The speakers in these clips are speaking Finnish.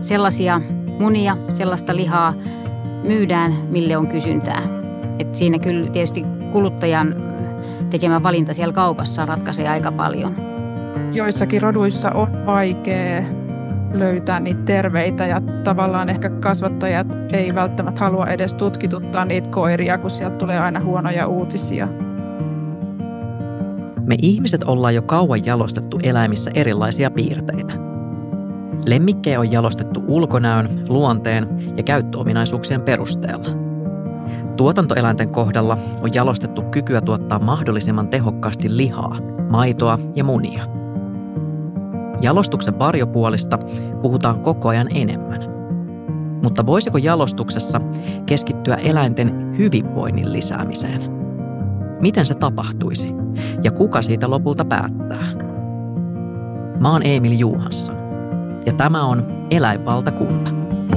sellaisia munia, sellaista lihaa myydään, mille on kysyntää. Et siinä kyllä tietysti kuluttajan tekemä valinta siellä kaupassa ratkaisee aika paljon. Joissakin roduissa on vaikea löytää niitä terveitä ja tavallaan ehkä kasvattajat ei välttämättä halua edes tutkituttaa niitä koiria, kun sieltä tulee aina huonoja uutisia. Me ihmiset ollaan jo kauan jalostettu eläimissä erilaisia piirteitä. Lemmikkejä on jalostettu ulkonäön, luonteen ja käyttöominaisuuksien perusteella. Tuotantoeläinten kohdalla on jalostettu kykyä tuottaa mahdollisimman tehokkaasti lihaa, maitoa ja munia. Jalostuksen varjopuolista puhutaan koko ajan enemmän. Mutta voisiko jalostuksessa keskittyä eläinten hyvinvoinnin lisäämiseen? Miten se tapahtuisi? Ja kuka siitä lopulta päättää? Mä oon Emil Johansson ja tämä on Eläinvaltakunta.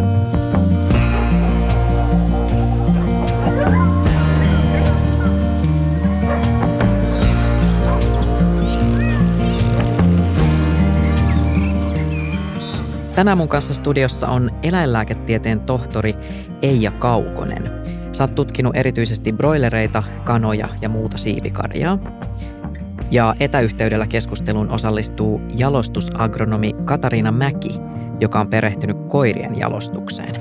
Tänään mun kanssa studiossa on eläinlääketieteen tohtori Eija Kaukonen. Sä oot tutkinut erityisesti broilereita, kanoja ja muuta siipikarjaa. Ja etäyhteydellä keskusteluun osallistuu jalostusagronomi Katariina Mäki, joka on perehtynyt koirien jalostukseen.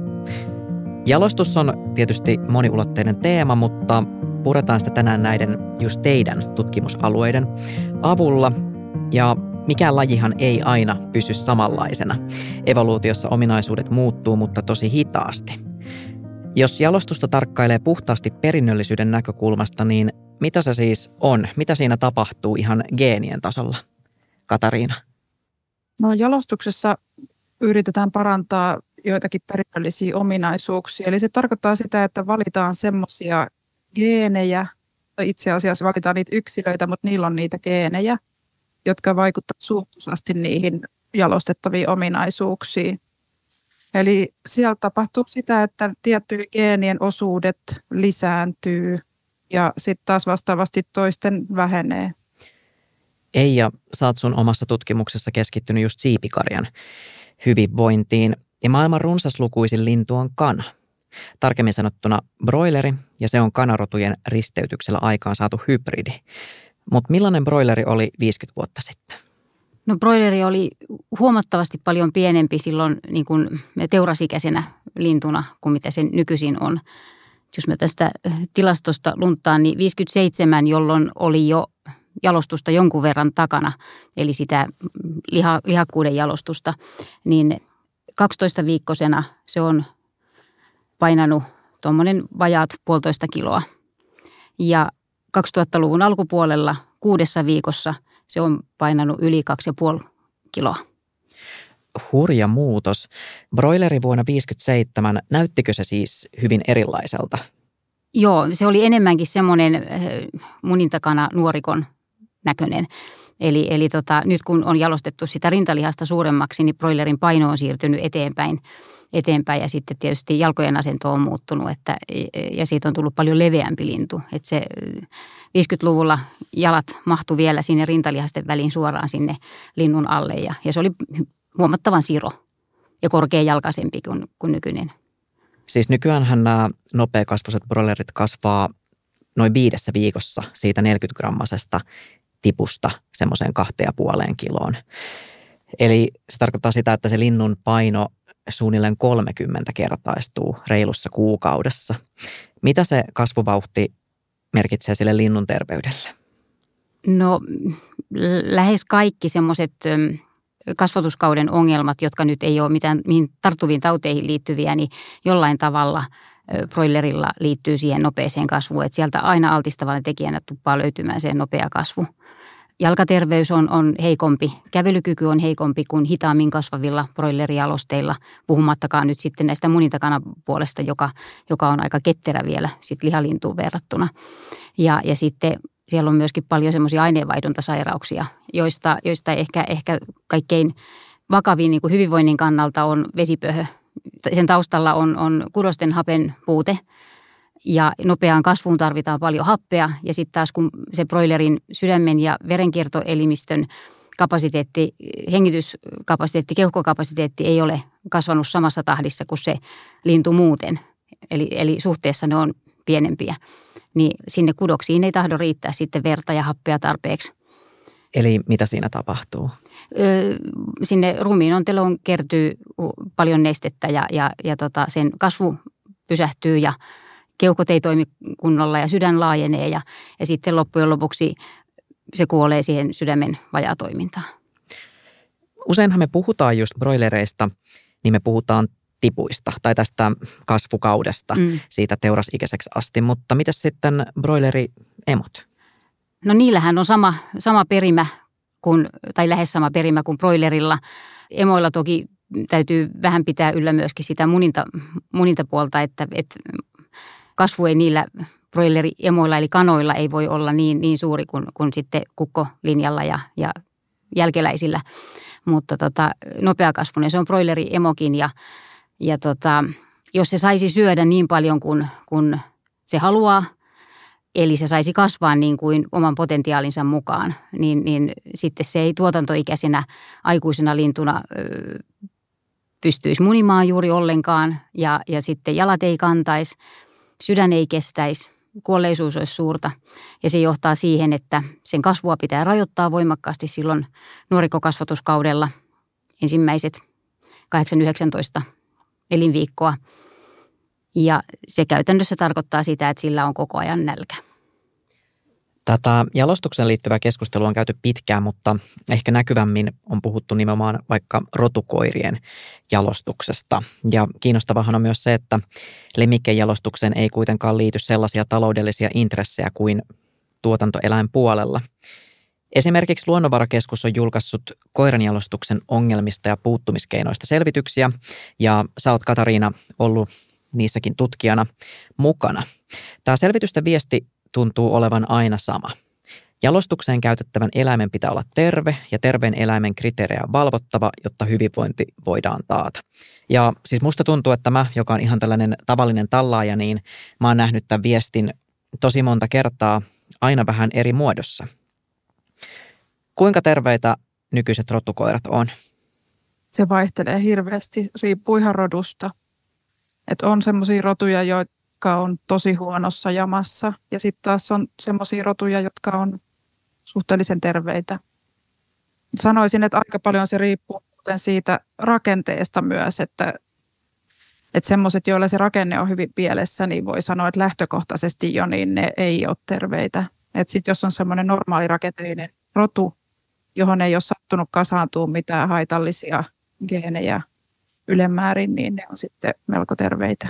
Jalostus on tietysti moniulotteinen teema, mutta puretaan sitä tänään näiden just teidän tutkimusalueiden avulla. Ja mikään lajihan ei aina pysy samanlaisena. Evoluutiossa ominaisuudet muuttuu, mutta tosi hitaasti. Jos jalostusta tarkkailee puhtaasti perinnöllisyyden näkökulmasta, niin mitä se siis on? Mitä siinä tapahtuu ihan geenien tasolla? Katariina. No, jalostuksessa yritetään parantaa joitakin perinnöllisiä ominaisuuksia. Eli se tarkoittaa sitä, että valitaan semmoisia geenejä, itse asiassa valitaan niitä yksilöitä, mutta niillä on niitä geenejä, jotka vaikuttavat suhteellisesti niihin jalostettaviin ominaisuuksiin. Eli siellä tapahtuu sitä, että tiettyjen geenien osuudet lisääntyy ja sitten taas vastaavasti toisten vähenee. Eija, sä oot sun omassa tutkimuksessa keskittynyt just siipikarjan hyvinvointiin ja maailman runsaslukuisin lintu on kana. Tarkemmin sanottuna broileri ja se on kanarotujen risteytyksellä aikaan saatu hybridi. Mutta millainen broileri oli 50 vuotta sitten? No broileri oli huomattavasti paljon pienempi silloin niin kuin teurasikäisenä lintuna kuin mitä se nykyisin on. Jos mä tästä tilastosta lunttaan, niin 57, jolloin oli jo jalostusta jonkun verran takana, eli sitä lihakkuuden jalostusta, niin 12-viikkosena se on painanut tuommoinen vajaat 1,5 kiloa. Ja 2000-luvun alkupuolella 6 viikossa se on painanut yli 2,5 kiloa. Hurja muutos. Broileri vuonna 1957, näyttikö se siis hyvin erilaiselta? Joo, se oli enemmänkin semmoinen munin takana nuorikon näköinen. Eli nyt kun on jalostettu sitä rintalihasta suuremmaksi, niin broilerin paino on siirtynyt eteenpäin ja sitten tietysti jalkojen asento on muuttunut ja siitä on tullut paljon leveämpi lintu. Että se 50-luvulla jalat mahtui vielä sinne rintalihasten väliin suoraan sinne linnun alle ja se oli huomattavan siro ja korkeajalkaisempi kuin nykyinen. Siis nykyäänhän nämä nopeakasvuiset broilerit kasvaa noin 5 viikossa siitä 40-grammasesta tipusta semmoiseen 2,5 kiloon. Eli se tarkoittaa sitä, että se linnun paino suunnilleen 30-kertaistuu reilussa kuukaudessa. Mitä se kasvuvauhti merkitsee sille linnun terveydelle? No lähes kaikki semmoiset kasvatuskauden ongelmat, jotka nyt ei ole mitään mihin tarttuviin tauteihin liittyviä, niin jollain tavalla broilerilla liittyy siihen nopeeseen kasvuun. Että sieltä aina altistavana tekijänä tuppaa löytymään se nopea kasvu. Jalkaterveys on heikompi, kävelykyky on heikompi kuin hitaammin kasvavilla broilerijalosteilla, puhumattakaan nyt sitten näistä munintakanapuolesta, joka on aika ketterä vielä sit lihalintuun verrattuna. Ja sitten siellä on myöskin paljon semmoisia aineenvaihduntasairauksia, joista ehkä kaikkein vakavin niin kuin hyvinvoinnin kannalta on vesipöhö. Sen taustalla on kudosten hapen puute. Ja nopeaan kasvuun tarvitaan paljon happea ja sitten taas kun se broilerin sydämen ja verenkiertoelimistön kapasiteetti, hengityskapasiteetti, keuhkokapasiteetti ei ole kasvanut samassa tahdissa kuin se lintu muuten. Eli suhteessa ne on pienempiä. Niin sinne kudoksiin ei tahdo riittää sitten verta ja happea tarpeeksi. Eli mitä siinä tapahtuu? Sinne ruumiin onteloon kertyy paljon nestettä ja sen kasvu pysähtyy ja keuhkot ei toimi kunnolla ja sydän laajenee ja sitten loppujen lopuksi se kuolee siihen sydämen vajaatoimintaan. Useinhan me puhutaan just broilereista, niin me puhutaan tipuista tai tästä kasvukaudesta siitä teurasikäiseksi asti. Mutta mitä sitten broileriemot? No niillähän on sama perimä tai lähes sama perimä kuin broilerilla. Emoilla toki täytyy vähän pitää yllä myöskin sitä munintapuolta, että kasvu ei niillä broileriemoilla eli kanoilla ei voi olla niin suuri kuin sitten kukkolinjalla ja jälkeläisillä. Mutta nopeakasvuinen se on broileriemokin ja jos se saisi syödä niin paljon kuin se haluaa, eli se saisi kasvaa niin kuin oman potentiaalinsa mukaan, niin sitten se ei tuotantoikäisenä aikuisena lintuna pystyisi munimaan juuri ollenkaan ja sitten jalat ei kantaisi, sydän ei kestäisi, kuolleisuus olisi suurta ja se johtaa siihen, että sen kasvua pitää rajoittaa voimakkaasti silloin nuorikkokasvatuskaudella ensimmäiset 8-19 elinviikkoa. Ja se käytännössä tarkoittaa sitä, että sillä on koko ajan nälkä. Tätä jalostukseen liittyvää keskustelua on käyty pitkään, mutta ehkä näkyvämmin on puhuttu nimenomaan vaikka rotukoirien jalostuksesta. Ja kiinnostavahan on myös se, että lemmikkejalostukseen ei kuitenkaan liity sellaisia taloudellisia intressejä kuin tuotantoeläinpuolella. Esimerkiksi Luonnonvarakeskus on julkaissut koiranjalostuksen ongelmista ja puuttumiskeinoista selvityksiä, ja sä oot, Katariina, ollut niissäkin tutkijana mukana. Tämä selvitysten viesti tuntuu olevan aina sama. Jalostukseen käytettävän eläimen pitää olla terve ja terveen eläimen kriteerejä valvottava, jotta hyvinvointi voidaan taata. Ja siis musta tuntuu, että mä, joka on ihan tällainen tavallinen tallaaja, niin mä oon nähnyt tämän viestin tosi monta kertaa aina vähän eri muodossa. Kuinka terveitä nykyiset rotukoirat on? Se vaihtelee hirveästi, riippuu ihan rodusta. Että on semmoisia rotuja, jotka on tosi huonossa jamassa ja sitten taas on semmoisia rotuja, jotka on suhteellisen terveitä. Sanoisin, että aika paljon se riippuu siitä rakenteesta myös, että semmoiset, joilla se rakenne on hyvin pielessä, niin voi sanoa, että lähtökohtaisesti jo niin ne ei ole terveitä. Että sitten jos on semmoinen normaali rakenteinen rotu, johon ei ole sattunut kasaantua mitään haitallisia geenejä ylemmäärin, niin ne on sitten melko terveitä.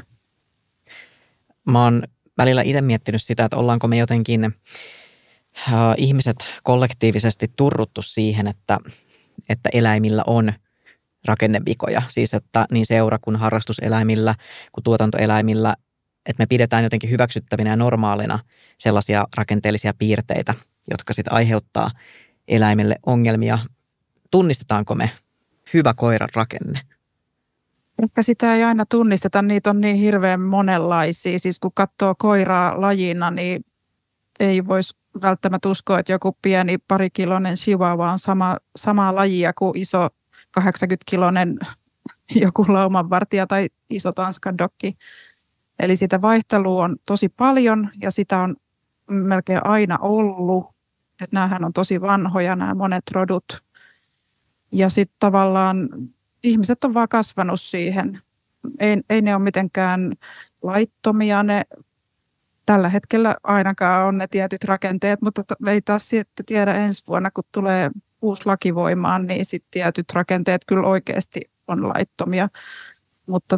Mä oon välillä itse miettinyt sitä, että ollaanko me jotenkin ihmiset kollektiivisesti turruttu siihen, että eläimillä on rakennevikoja. Siis että niin seura- kuin harrastuseläimillä kuin tuotantoeläimillä, että me pidetään jotenkin hyväksyttävinä ja normaalina sellaisia rakenteellisia piirteitä, jotka sitten aiheuttaa eläimelle ongelmia. Tunnistetaanko me hyvä koiran rakenne? Ehkä sitä ei aina tunnisteta, niitä on niin hirveän monenlaisia. Siis kun katsoo koiraa lajina, niin ei voisi välttämättä uskoa, että joku pieni parikiloinen chihuahua on samaa lajia kuin iso 80-kiloinen joku laumanvartija tai iso tanskan dokki. Eli sitä vaihtelua on tosi paljon ja sitä on melkein aina ollut. Että näähän on tosi vanhoja, nämä monet rodut. Ja sitten tavallaan ihmiset on vaan kasvanut siihen. Ei ne ole mitenkään laittomia. Ne tällä hetkellä ainakaan on ne tietyt rakenteet, mutta ei taas sitten tiedä ensi vuonna, kun tulee uusi laki voimaan, niin sitten tietyt rakenteet kyllä oikeasti on laittomia. Mutta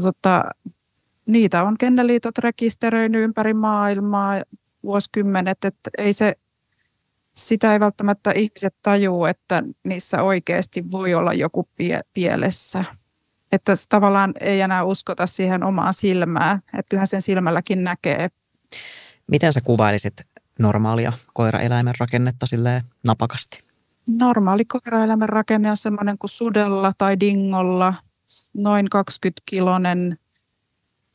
niitä on kenneliitot rekisteröinyt ympäri maailmaa vuosikymmenet, että sitä ei välttämättä ihmiset tajuu, että niissä oikeasti voi olla joku pielessä. Että tavallaan ei enää uskota siihen omaan silmään, että kyllähän sen silmälläkin näkee. Miten sä kuvailisit normaalia koiraeläimen rakennetta silleen napakasti? Normaali koiraeläimen rakenne on semmoinen kuin sudella tai dingolla, noin 20-kiloinen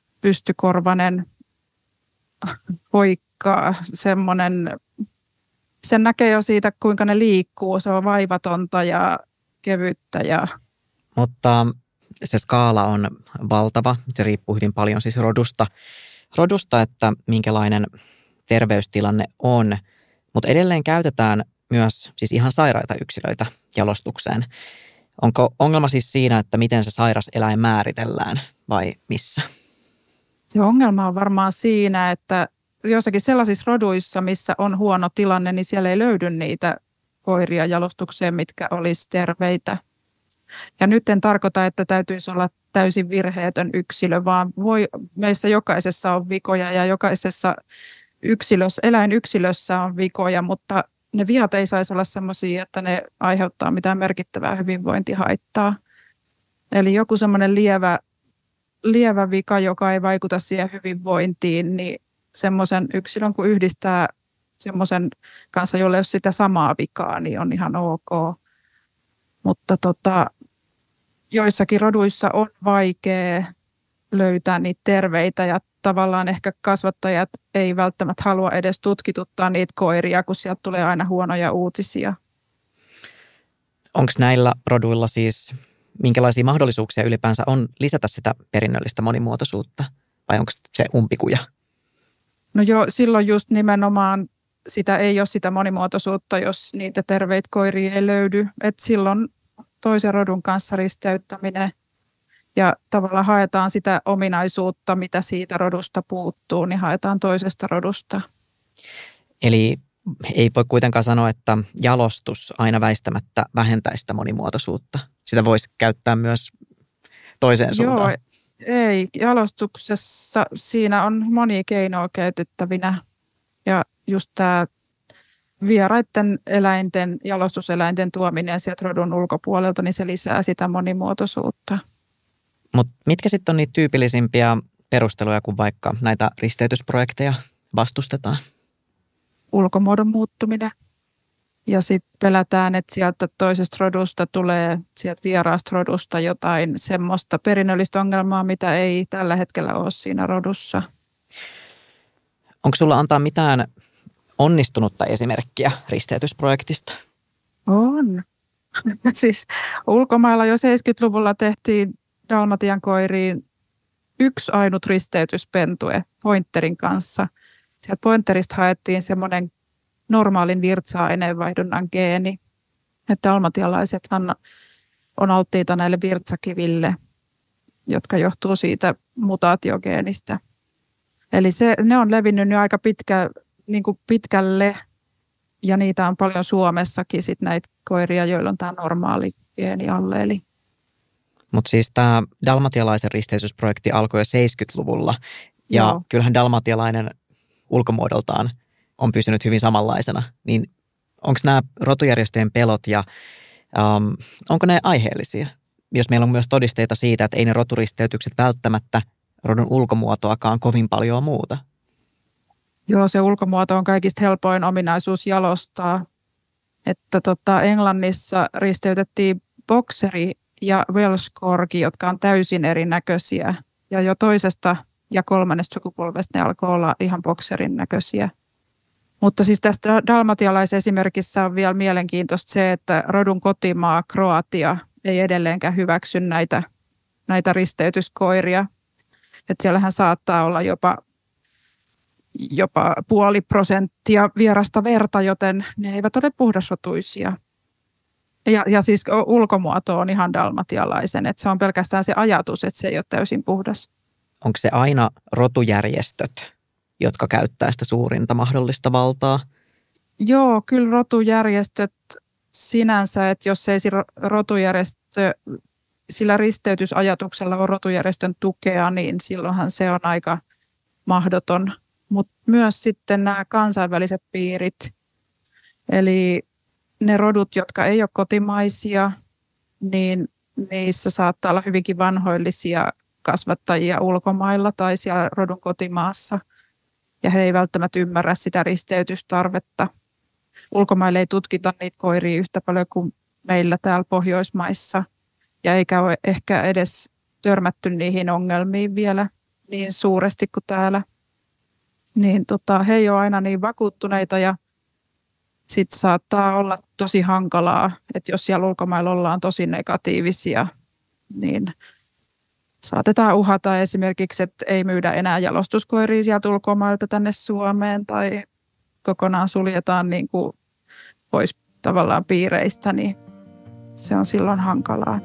pystykorvainen poikka, semmoinen sen näkee jo siitä, kuinka ne liikkuu. Se on vaivatonta ja kevyttä. Mutta se skaala on valtava. Se riippuu hyvin paljon siis rodusta, että minkälainen terveystilanne on. Mutta edelleen käytetään myös siis ihan sairaita yksilöitä jalostukseen. Onko ongelma siis siinä, että miten se sairas eläin määritellään vai missä? Se ongelma on varmaan siinä, että jossakin sellaisissa roduissa, missä on huono tilanne, niin siellä ei löydy niitä koiria jalostukseen, mitkä olisi terveitä. Ja nyt en tarkoita, että täytyisi olla täysin virheetön yksilö, vaan meissä jokaisessa on vikoja ja jokaisessa eläinyksilössä on vikoja, mutta ne viat ei saisi olla sellaisia, että ne aiheuttaa mitään merkittävää hyvinvointihaittaa. Eli joku semmoinen lievä vika, joka ei vaikuta siihen hyvinvointiin, niin semmoisen yksilön kun yhdistää semmoisen kanssa, jolle ei ole sitä samaa vikaa, niin on ihan ok. Mutta joissakin roduissa on vaikea löytää niitä terveitä ja tavallaan ehkä kasvattajat ei välttämättä halua edes tutkituttaa niitä koiria, kun sieltä tulee aina huonoja uutisia. Onko näillä roduilla siis, minkälaisia mahdollisuuksia ylipäänsä on lisätä sitä perinnöllistä monimuotoisuutta vai onko se umpikuja? No joo, silloin just nimenomaan sitä ei ole sitä monimuotoisuutta, jos niitä terveitä koiria ei löydy. Et silloin toisen rodun kanssa risteyttäminen ja tavallaan haetaan sitä ominaisuutta, mitä siitä rodusta puuttuu, niin haetaan toisesta rodusta. Eli ei voi kuitenkaan sanoa, että jalostus aina väistämättä vähentäisi sitä monimuotoisuutta. Sitä voisi käyttää myös toiseen suuntaan. Joo, ei. Jalostuksessa siinä on monia keinoja käytettävinä. Ja just tämä vieraiden eläinten, jalostuseläinten tuominen sieltä rodun ulkopuolelta, niin se lisää sitä monimuotoisuutta. Mutta mitkä sitten on niitä tyypillisimpiä perusteluja, kun vaikka näitä risteytysprojekteja vastustetaan? Ulkomuodon muuttuminen. Ja sitten pelätään, että sieltä toisesta rodusta tulee sieltä vieraasta rodusta jotain semmoista perinnöllistä ongelmaa, mitä ei tällä hetkellä ole siinä rodussa. Onko sulla antaa mitään onnistunutta esimerkkiä risteytysprojektista? On. Siis ulkomailla jo 70-luvulla tehtiin dalmatian koiriin yksi ainut risteytyspentue pointerin kanssa. Sieltä pointerista haettiin semmoinen normaalin virtsa-aineenvaihdunnan geeni. Että dalmatialaisethan on alttiita näille virtsakiville, jotka johtuu siitä mutaatiogeenistä. Eli ne on levinnyt jo aika pitkälle ja niitä on paljon Suomessakin sit näitä koiria, joilla on tämä normaali geenialleeli. Mutta siis tämä dalmatialaisen risteytysprojekti alkoi jo 70-luvulla ja Joo. Kyllähän dalmatialainen ulkomuodoltaan on pysynyt hyvin samanlaisena. Niin onko nämä rotujärjestöjen pelot ja onko ne aiheellisia? Jos meillä on myös todisteita siitä, että ei ne roturisteytykset välttämättä rodun ulkomuotoakaan kovin paljon muuta. Joo, se ulkomuoto on kaikista helpoin ominaisuus jalostaa. Että Englannissa risteytettiin bokseri ja Welsh Corgi, jotka on täysin erinäköisiä. Ja jo toisesta ja kolmannesta sukupolvesta ne alkoi olla ihan bokserin näköisiä. Mutta siis tästä dalmatialaisesimerkissä on vielä mielenkiintoista se, että rodun kotimaa Kroatia ei edelleenkään hyväksy näitä risteytyskoiria. Että siellähän saattaa olla jopa 0,5% vierasta verta, joten ne eivät ole puhdasrotuisia. Ja siis ulkomuoto on ihan dalmatialaisen, että se on pelkästään se ajatus, että se ei ole täysin puhdas. Onko se aina rotujärjestöt, jotka käyttää sitä suurinta mahdollista valtaa? Joo, kyllä rotujärjestöt sinänsä, että jos ei rotujärjestö sillä risteytysajatuksella on rotujärjestön tukea, niin silloinhan se on aika mahdoton. Mutta myös sitten nämä kansainväliset piirit, eli ne rodut, jotka ei ole kotimaisia, niin niissä saattaa olla hyvinkin vanhoillisia kasvattajia ulkomailla tai siellä rodun kotimaassa. Ja he ei välttämättä ymmärrä sitä risteytystarvetta. Ulkomaille ei tutkita niitä koiria yhtä paljon kuin meillä täällä Pohjoismaissa. Ja eikä ole ehkä edes törmätty niihin ongelmiin vielä niin suuresti kuin täällä. Niin he ei ole aina niin vakuuttuneita ja sitten saattaa olla tosi hankalaa, että jos siellä ulkomailla ollaan tosi negatiivisia, niin saatetaan uhata esimerkiksi, että ei myydä enää jalostuskoiria sieltä ulkomailta tänne Suomeen tai kokonaan suljetaan niin kuin pois tavallaan piireistä, niin se on silloin hankalaa.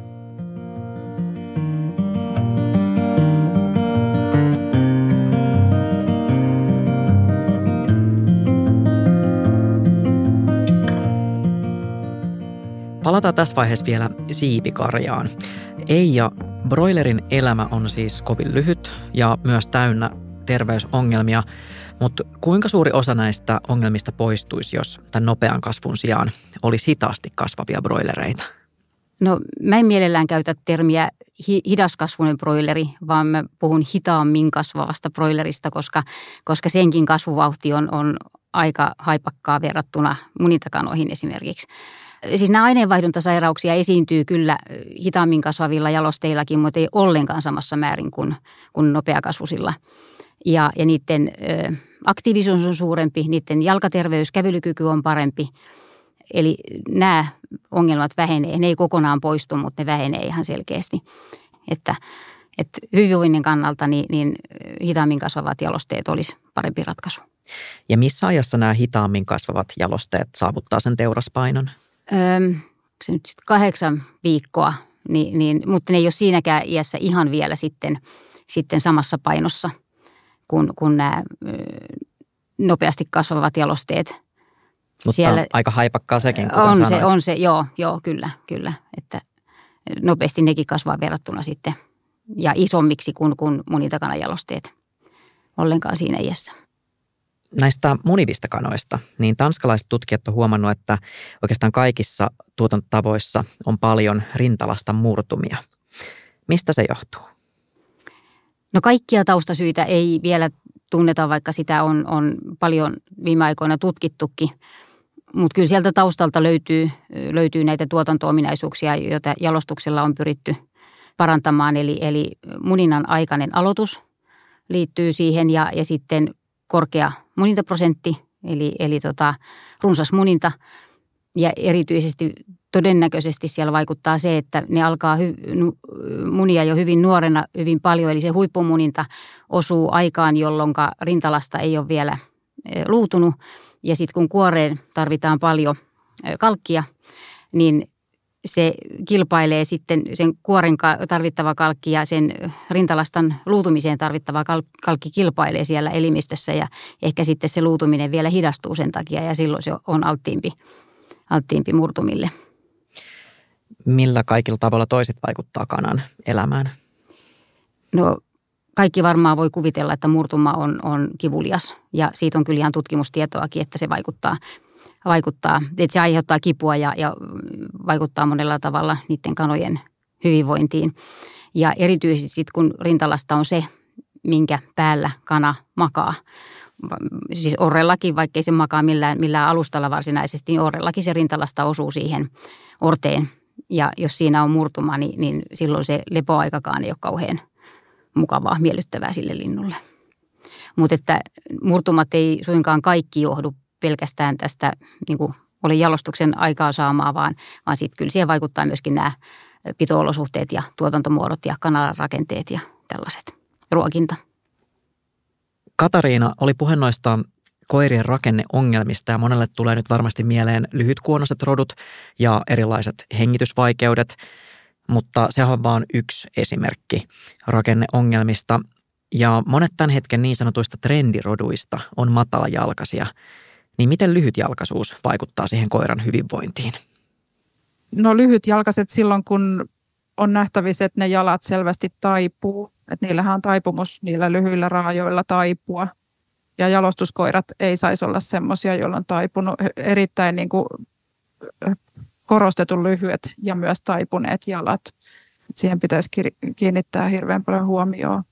Palataan tässä vaiheessa vielä siipikarjaan. Eija, broilerin elämä on siis kovin lyhyt ja myös täynnä terveysongelmia, mutta kuinka suuri osa näistä ongelmista poistuisi, jos tämän nopean kasvun sijaan olisi hitaasti kasvavia broilereita? No mä en mielellään käytä termiä hidaskasvuinen broileri, vaan mä puhun hitaammin kasvavasta broilerista, koska senkin kasvuvauhti on aika haipakkaa verrattuna munintakanoihin esimerkiksi. Siis nämä aineenvaihduntasairauksia esiintyy kyllä hitaammin kasvavilla jalosteillakin, mutta ei ollenkaan samassa määrin kuin nopeakasvusilla. Ja niiden aktiivisuus on suurempi, niiden jalkaterveys, kävelykyky on parempi. Eli nämä ongelmat vähenee. Ne ei kokonaan poistu, mutta ne vähenee ihan selkeästi. Että hyvinvoinnin kannalta niin hitaammin kasvavat jalosteet olisi parempi ratkaisu. Ja missä ajassa nämä hitaammin kasvavat jalosteet saavuttaa sen teuraspainon? Se nyt sitten 8 viikkoa, mutta ne ei ole siinäkään iässä ihan vielä sitten samassa painossa kuin nämä nopeasti kasvavat jalosteet. Mutta siellä aika haipakkaa sekin, kuten on se, joo, kyllä. Että nopeasti nekin kasvaa verrattuna sitten ja isommiksi kuin munintakanajalosteet ollenkaan siinä iässä. Näistä munivista kanoista, niin tanskalaiset tutkijat on huomannut, että oikeastaan kaikissa tuotantotavoissa on paljon rintalastan murtumia. Mistä se johtuu? No kaikkia taustasyitä ei vielä tunneta, vaikka sitä on paljon viime aikoina tutkittukin. Mutta kyllä sieltä taustalta löytyy näitä tuotanto-ominaisuuksia, joita jalostuksella on pyritty parantamaan. Eli muninnan aikainen aloitus liittyy siihen ja sitten korkea munintaprosentti, eli runsas muninta. Ja erityisesti todennäköisesti siellä vaikuttaa se, että ne alkaa munia jo hyvin nuorena hyvin paljon. Eli se huippumuninta osuu aikaan, jolloin rintalasta ei ole vielä luutunut. Ja sitten kun kuoreen tarvitaan paljon kalkkia, niin se kilpailee sitten sen kuoren tarvittava kalkki ja sen rintalastan luutumiseen tarvittava kalkki kilpailee siellä elimistössä. Ja ehkä sitten se luutuminen vielä hidastuu sen takia ja silloin se on alttiimpi murtumille. Millä kaikilla tavalla toiset vaikuttaa kanan elämään? No kaikki varmaan voi kuvitella, että murtuma on kivulias ja siitä on kyllä ihan tutkimustietoakin, että se vaikuttaa, että se aiheuttaa kipua ja vaikuttaa monella tavalla niiden kanojen hyvinvointiin. Ja erityisesti sitten kun rintalasta on se, minkä päällä kana makaa. Siis orrellakin, vaikkei se makaa millään alustalla varsinaisesti, niin orrellakin se rintalasta osuu siihen orteen. Ja jos siinä on murtuma, niin silloin se lepoaikakaan ei ole kauhean mukavaa, miellyttävää sille linnulle. Mutta että murtumat ei suinkaan kaikki johdu pelkästään tästä niin kuin oli jalostuksen aikaansaamaa, vaan sitten kyllä siihen vaikuttaa myöskin nämä pito-olosuhteet ja tuotantomuodot ja kanalan rakenteet ja tällaiset, ruokinta. Katariina oli puhe noista koirien rakenneongelmista ja monelle tulee nyt varmasti mieleen lyhytkuonoiset rodut ja erilaiset hengitysvaikeudet, mutta se on vain yksi esimerkki rakenneongelmista. Ja monet tämän hetken niin sanotuista trendiroduista on matalajalkaisia. Niin miten lyhytjalkaisuus vaikuttaa siihen koiran hyvinvointiin? No lyhytjalkaiset silloin, kun on nähtävissä, että ne jalat selvästi taipuu. Että niillähän on taipumus niillä lyhyillä raajoilla taipua. Ja jalostuskoirat ei saisi olla semmoisia, joilla on taipunut erittäin niin kuin korostetun lyhyet ja myös taipuneet jalat. Siihen pitäisi kiinnittää hirveän paljon huomioon.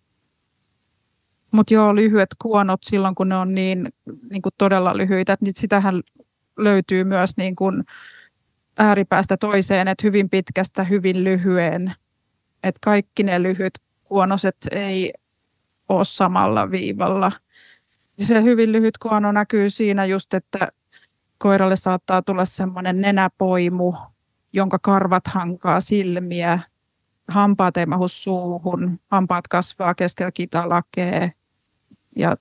Mutta joo, lyhyet kuonot silloin, kun ne on niin kuin todella lyhyitä, niin sitähän löytyy myös niin kuin ääripäästä toiseen, että hyvin pitkästä hyvin lyhyen. Että kaikki ne lyhyt kuonoset ei ole samalla viivalla. Se hyvin lyhyt kuono näkyy siinä just, että Koiralle saattaa tulla semmoinen nenäpoimu, jonka karvat hankaa silmiä, hampaat ei mahu suuhun, hampaat kasvaa keskellä kitalakea ja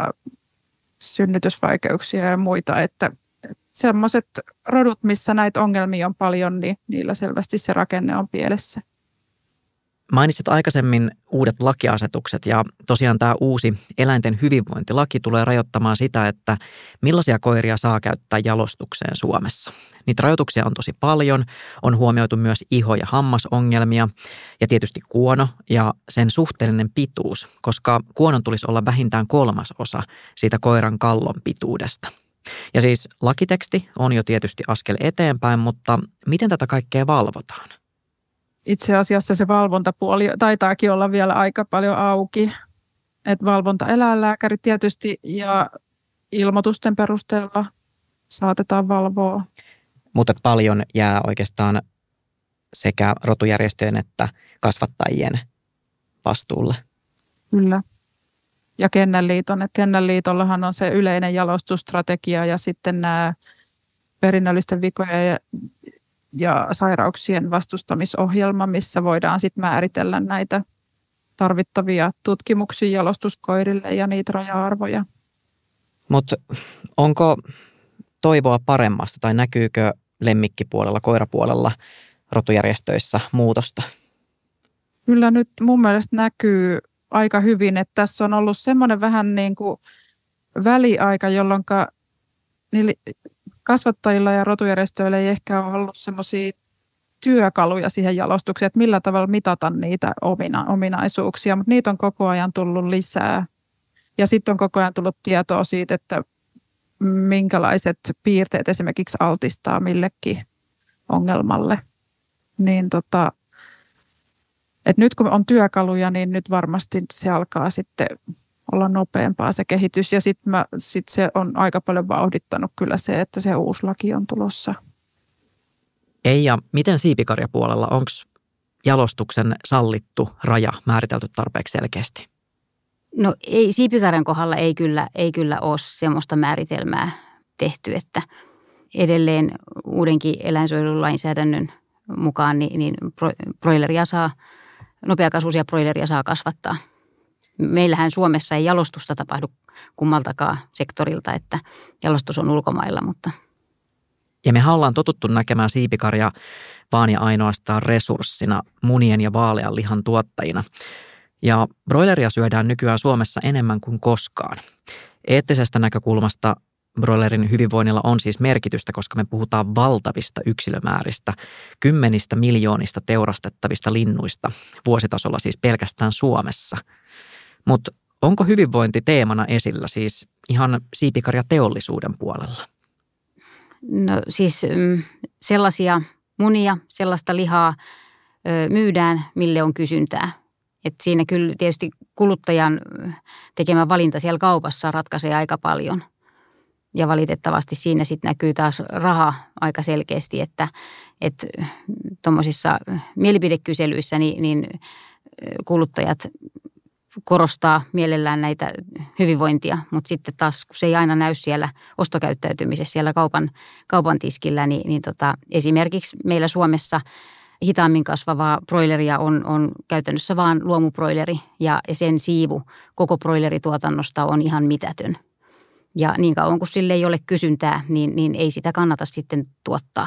synnytysvaikeuksia ja muita. Että semmoiset rodut, missä näitä ongelmia on paljon, niin niillä selvästi se rakenne on pielessä. Mainitsit aikaisemmin uudet lakiasetukset ja tosiaan tämä uusi eläinten hyvinvointilaki tulee rajoittamaan sitä, että millaisia koiria saa käyttää jalostukseen Suomessa. Niitä rajoituksia on tosi paljon, on huomioitu myös iho- ja hammasongelmia ja tietysti kuono ja sen suhteellinen pituus, koska kuonon tulisi olla vähintään 1/3 siitä koiran kallon pituudesta. Ja siis lakiteksti on jo tietysti askel eteenpäin, mutta miten tätä kaikkea valvotaan? Itse asiassa se valvontapuoli taitaakin olla vielä aika paljon auki. Et valvontaeläinlääkäri tietysti ja ilmoitusten perusteella saatetaan valvoa. Mutta paljon jää oikeastaan sekä rotujärjestöjen että kasvattajien vastuulle. Kyllä. Ja Kennelliiton. Kennelliitollahan on se yleinen jalostusstrategia ja sitten nämä perinnöllisten vikojen ja sairauksien vastustamisohjelma, missä voidaan sitten määritellä näitä tarvittavia tutkimuksia jalostuskoirille ja niitä raja-arvoja. Mutta onko toivoa paremmasta tai näkyykö lemmikkipuolella, koirapuolella rotujärjestöissä muutosta? Kyllä nyt mun mielestä näkyy aika hyvin, että tässä on ollut semmoinen vähän niin kuin väliaika, jolloin niillä kasvattajilla ja rotujärjestöillä ei ehkä ole ollut semmoisia työkaluja siihen jalostukseen, että millä tavalla mitata niitä ominaisuuksia, mutta niitä on koko ajan tullut lisää. Ja sitten on koko ajan tullut tietoa siitä, että minkälaiset piirteet esimerkiksi altistaa millekin ongelmalle. Niin että nyt kun on työkaluja, niin nyt varmasti se alkaa sitten olla nopeampaa se kehitys. Ja sitten se on aika paljon vauhdittanut kyllä se, että se uusi laki on tulossa. Eija, miten siipikarjapuolella, onko jalostuksen sallittu raja määritelty tarpeeksi selkeästi? No ei, siipikarjan kohdalla ei kyllä ole semmoista määritelmää tehty, että edelleen uudenkin eläinsuojelulainsäädännön mukaan niin broileria nopeakasvuisia broileria saa kasvattaa. Meillähän Suomessa ei jalostusta tapahdu kummaltakaan sektorilta, että jalostus on ulkomailla, mutta... Ja mehän ollaan totuttu näkemään siipikarja vaan ja ainoastaan resurssina munien ja vaalean lihan tuottajina. Ja broileria syödään nykyään Suomessa enemmän kuin koskaan. Eettisestä näkökulmasta broilerin hyvinvoinnilla on siis merkitystä, koska me puhutaan valtavista yksilömääristä, 10 miljoonista teurastettavista linnuista, vuositasolla siis pelkästään Suomessa. Mutta onko hyvinvointi teemana esillä siis ihan siipikarjateollisuuden puolella? No siis sellaisia munia, sellaista lihaa myydään, mille on kysyntää. Et siinä kyllä tietysti kuluttajan tekemä valinta siellä kaupassa ratkaisee aika paljon. Ja valitettavasti siinä sitten näkyy taas raha aika selkeästi, että tuommoisissa mielipidekyselyissä niin kuluttajat korostaa mielellään näitä hyvinvointia, mutta sitten taas kun se ei aina näy siellä ostokäyttäytymisessä siellä kaupan tiskillä, niin esimerkiksi meillä Suomessa hitaammin kasvavaa broileria on käytännössä vaan luomubroileri ja sen siivu koko broilerituotannosta on ihan mitätön. Ja niin kauan kun sille ei ole kysyntää, niin ei sitä kannata sitten tuottaa.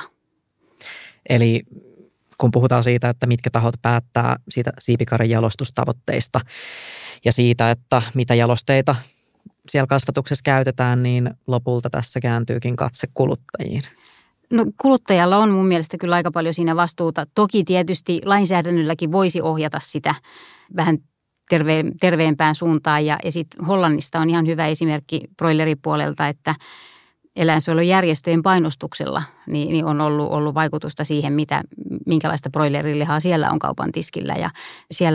Eli kun puhutaan siitä, että mitkä tahot päättää siitä siipikarjan jalostustavoitteista ja siitä, että mitä jalosteita siellä kasvatuksessa käytetään, niin lopulta tässä kääntyykin katse kuluttajiin. No kuluttajalla on mun mielestä kyllä aika paljon siinä vastuuta. Toki tietysti lainsäädännölläkin voisi ohjata sitä vähän terveempään suuntaan. Ja sitten Hollannista on ihan hyvä esimerkki broileripuolelta, että eläinsuojelujärjestöjen painostuksella niin on ollut vaikutusta siihen, minkälaista broilerilihaa siellä on kaupan tiskillä. Ja siellä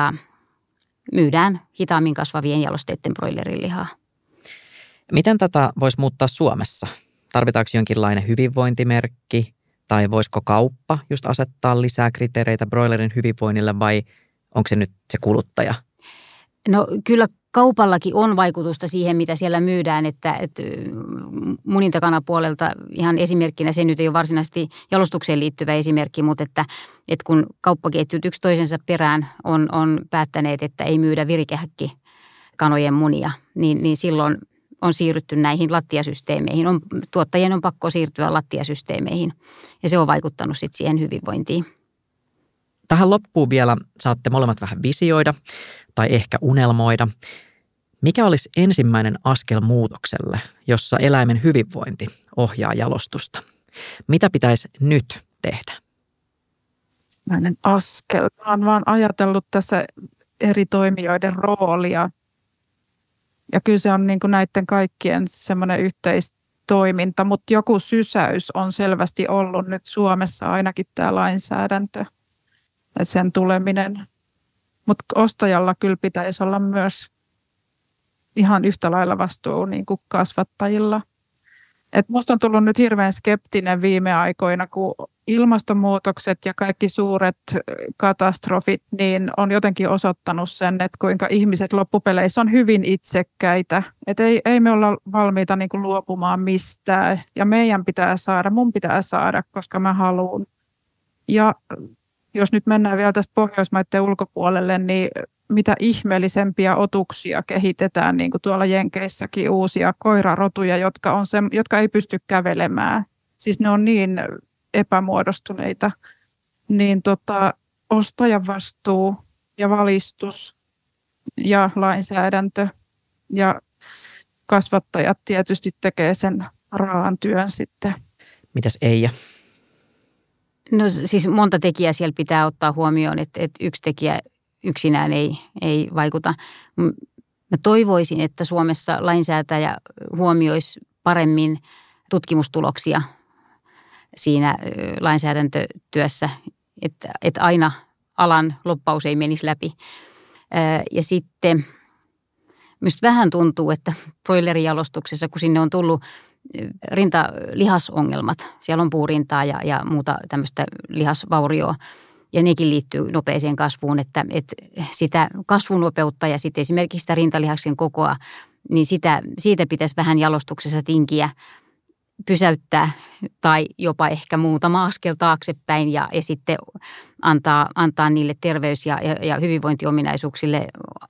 myydään hitaammin kasvavien jalosteiden broilerilihaa. Miten tätä voisi muuttaa Suomessa? Tarvitaanko jonkinlainen hyvinvointimerkki tai voisiko kauppa just asettaa lisää kriteereitä broilerin hyvinvoinnille vai onko se nyt se kuluttaja? No kyllä kaupallakin on vaikutusta siihen, mitä siellä myydään, että munintakanapuolelta ihan esimerkkinä, se nyt ei ole varsinaisesti jalostukseen liittyvä esimerkki, mutta että kun kauppaketjut yksi toisensa perään on päättäneet, että ei myydä virikehäkkikanojen munia, niin silloin on siirrytty näihin lattiasysteemeihin. Tuottajien on pakko siirtyä lattiasysteemeihin ja se on vaikuttanut sitten siihen hyvinvointiin. Tähän loppuun vielä saatte molemmat vähän visioida tai ehkä unelmoida. Mikä olisi ensimmäinen askel muutokselle, jossa eläimen hyvinvointi ohjaa jalostusta? Mitä pitäisi nyt tehdä? Ensimmäinen askel. Olen vaan ajatellut tässä eri toimijoiden roolia. Ja kyllä se on niin kuin näiden kaikkien semmoinen yhteistoiminta, mutta joku sysäys on selvästi ollut nyt Suomessa ainakin tämä lainsäädäntö. Että sen tuleminen. Mutta ostajalla kyllä pitäisi olla myös ihan yhtä lailla vastuu niin kuin kasvattajilla. Et musta on tullut nyt hirveän skeptinen viime aikoina, kun ilmastonmuutokset ja kaikki suuret katastrofit niin on jotenkin osoittanut sen, että kuinka ihmiset loppupeleissä on hyvin itsekkäitä. Et ei me olla valmiita niin kuin luopumaan mistään ja mun pitää saada, koska mä haluan. Ja jos nyt mennään vielä tästä Pohjoismaiden ulkopuolelle, niin mitä ihmeellisempiä otuksia kehitetään, niin kuin tuolla Jenkeissäkin uusia koirarotuja, jotka ei pysty kävelemään. Siis ne on niin epämuodostuneita. Niin ostajan vastuu ja valistus ja lainsäädäntö ja kasvattajat tietysti tekee sen raan työn sitten. Mitäs Eija? No siis monta tekijää siellä pitää ottaa huomioon, että yksi tekijä yksinään ei vaikuta. Mä toivoisin, että Suomessa lainsäätäjä huomioisi paremmin tutkimustuloksia siinä lainsäädäntötyössä, että aina alan lobbaus ei menisi läpi. Ja sitten minusta vähän tuntuu, että broilerijalostuksessa, kun sinne on tullut rintalihasongelmat, siellä on puurintaa ja muuta tämmöistä lihasvaurioa, ja nekin liittyy nopeeseen kasvuun, että sitä kasvunopeutta ja sitten esimerkiksi sitä rintalihaksen kokoa, niin siitä pitäisi vähän jalostuksessa tinkiä, pysäyttää tai jopa ehkä muutama askel taaksepäin ja sitten antaa niille terveys- ja hyvinvointiominaisuuksille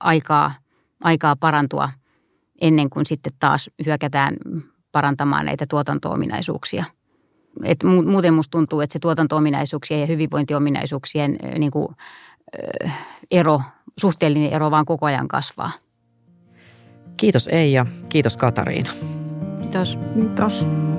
aikaa parantua ennen kuin sitten taas hyökätään parantamaan näitä tuotanto-ominaisuuksia. Et muuten musta tuntuu, että se tuotanto-ominaisuuksien ja hyvinvointiominaisuuksien niin kuin, suhteellinen ero vaan koko ajan kasvaa. Kiitos Eija, kiitos Katariina. Kiitos. Kiitos.